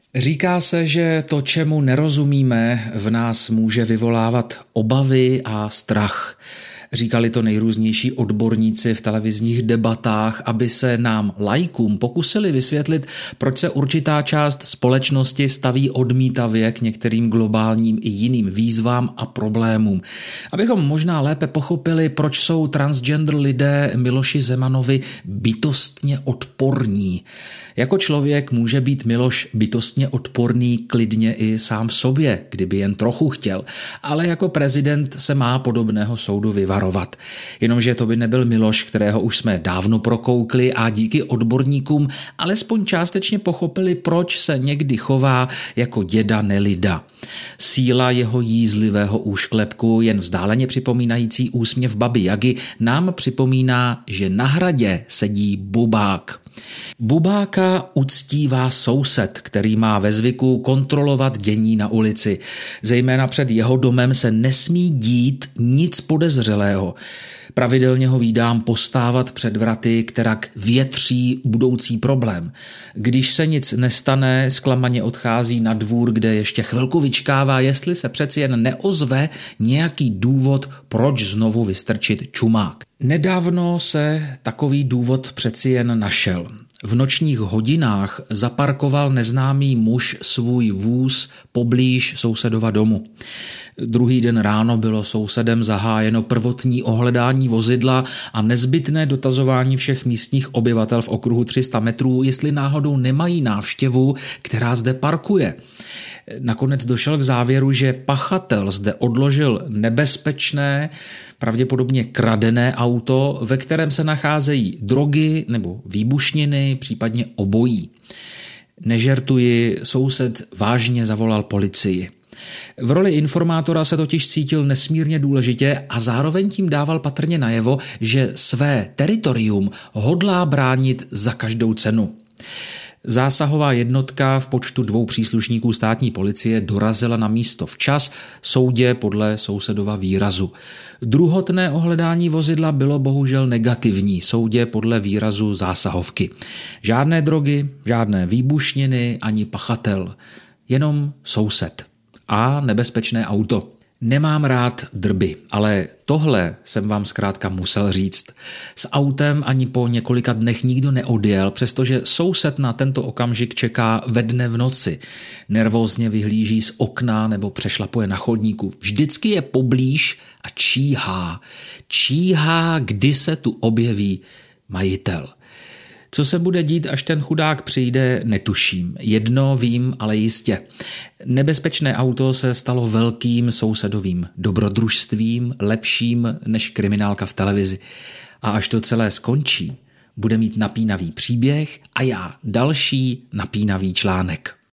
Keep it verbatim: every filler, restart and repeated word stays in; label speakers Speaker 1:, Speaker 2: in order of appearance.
Speaker 1: Říká se, že to, čemu nerozumíme, v nás může vyvolávat obavy a strach. Říkali to nejrůznější odborníci v televizních debatách, aby se nám laikům pokusili vysvětlit, proč se určitá část společnosti staví odmítavě k některým globálním i jiným výzvám a problémům. Abychom možná lépe pochopili, proč jsou transgender lidé Miloši Zemanovi bytostně odporní. Jako člověk může být Miloš bytostně odporný klidně i sám sobě, kdyby jen trochu chtěl, ale jako prezident se má podobného soudu vyvarovat. Jenomže to by nebyl Miloš, kterého už jsme dávno prokoukli a díky odborníkům alespoň částečně pochopili, proč se někdy chová jako děda nelida. Síla jeho jízlivého úšklepku, jen vzdáleně připomínající úsměv baby Jagy, nám připomíná, že na hradě sedí bubák. Bubáka uctívá soused, který má ve zvyku kontrolovat dění na ulici. Zejména před jeho domem se nesmí dít nic podezřelého. Pravidelně ho vídám postávat před vraty, kterak větří budoucí problém. Když se nic nestane, zklamaně odchází na dvůr, kde ještě chvilku vyčkává, jestli se přeci jen neozve nějaký důvod, proč znovu vystrčit čumák. Nedávno se takový důvod přeci jen našel. V nočních hodinách zaparkoval neznámý muž svůj vůz poblíž sousedova domu. Druhý den ráno bylo sousedem zahájeno prvotní ohledání vozidla a nezbytné dotazování všech místních obyvatel v okruhu tři sta metrů, jestli náhodou nemají návštěvu, která zde parkuje. Nakonec došel k závěru, že pachatel zde odložil nebezpečné, pravděpodobně kradené auto, ve kterém se nacházejí drogy nebo výbušniny, případně obojí. Nežertuji, soused vážně zavolal policii. V roli informátora se totiž cítil nesmírně důležitě a zároveň tím dával patrně najevo, že své teritorium hodlá bránit za každou cenu. Zásahová jednotka v počtu dvou příslušníků státní policie dorazila na místo včas, soudě podle sousedova výrazu. Druhotné ohledání vozidla bylo bohužel negativní, soudě podle výrazu zásahovky. Žádné drogy, žádné výbušniny ani pachatel, jenom soused a nebezpečné auto. Nemám rád drby, ale tohle jsem vám zkrátka musel říct. S autem ani po několika dnech nikdo neodjel, přestože soused na tento okamžik čeká ve dne v noci. Nervózně vyhlíží z okna nebo přešlapuje na chodníku. Vždycky je poblíž a číhá. Číhá, kdy se tu objeví majitel. Co se bude dít, až ten chudák přijde, netuším. Jedno vím, ale jistě. Nebezpečné auto se stalo velkým sousedovým dobrodružstvím, lepším než kriminálka v televizi. A až to celé skončí, bude mít napínavý příběh a já další napínavý článek.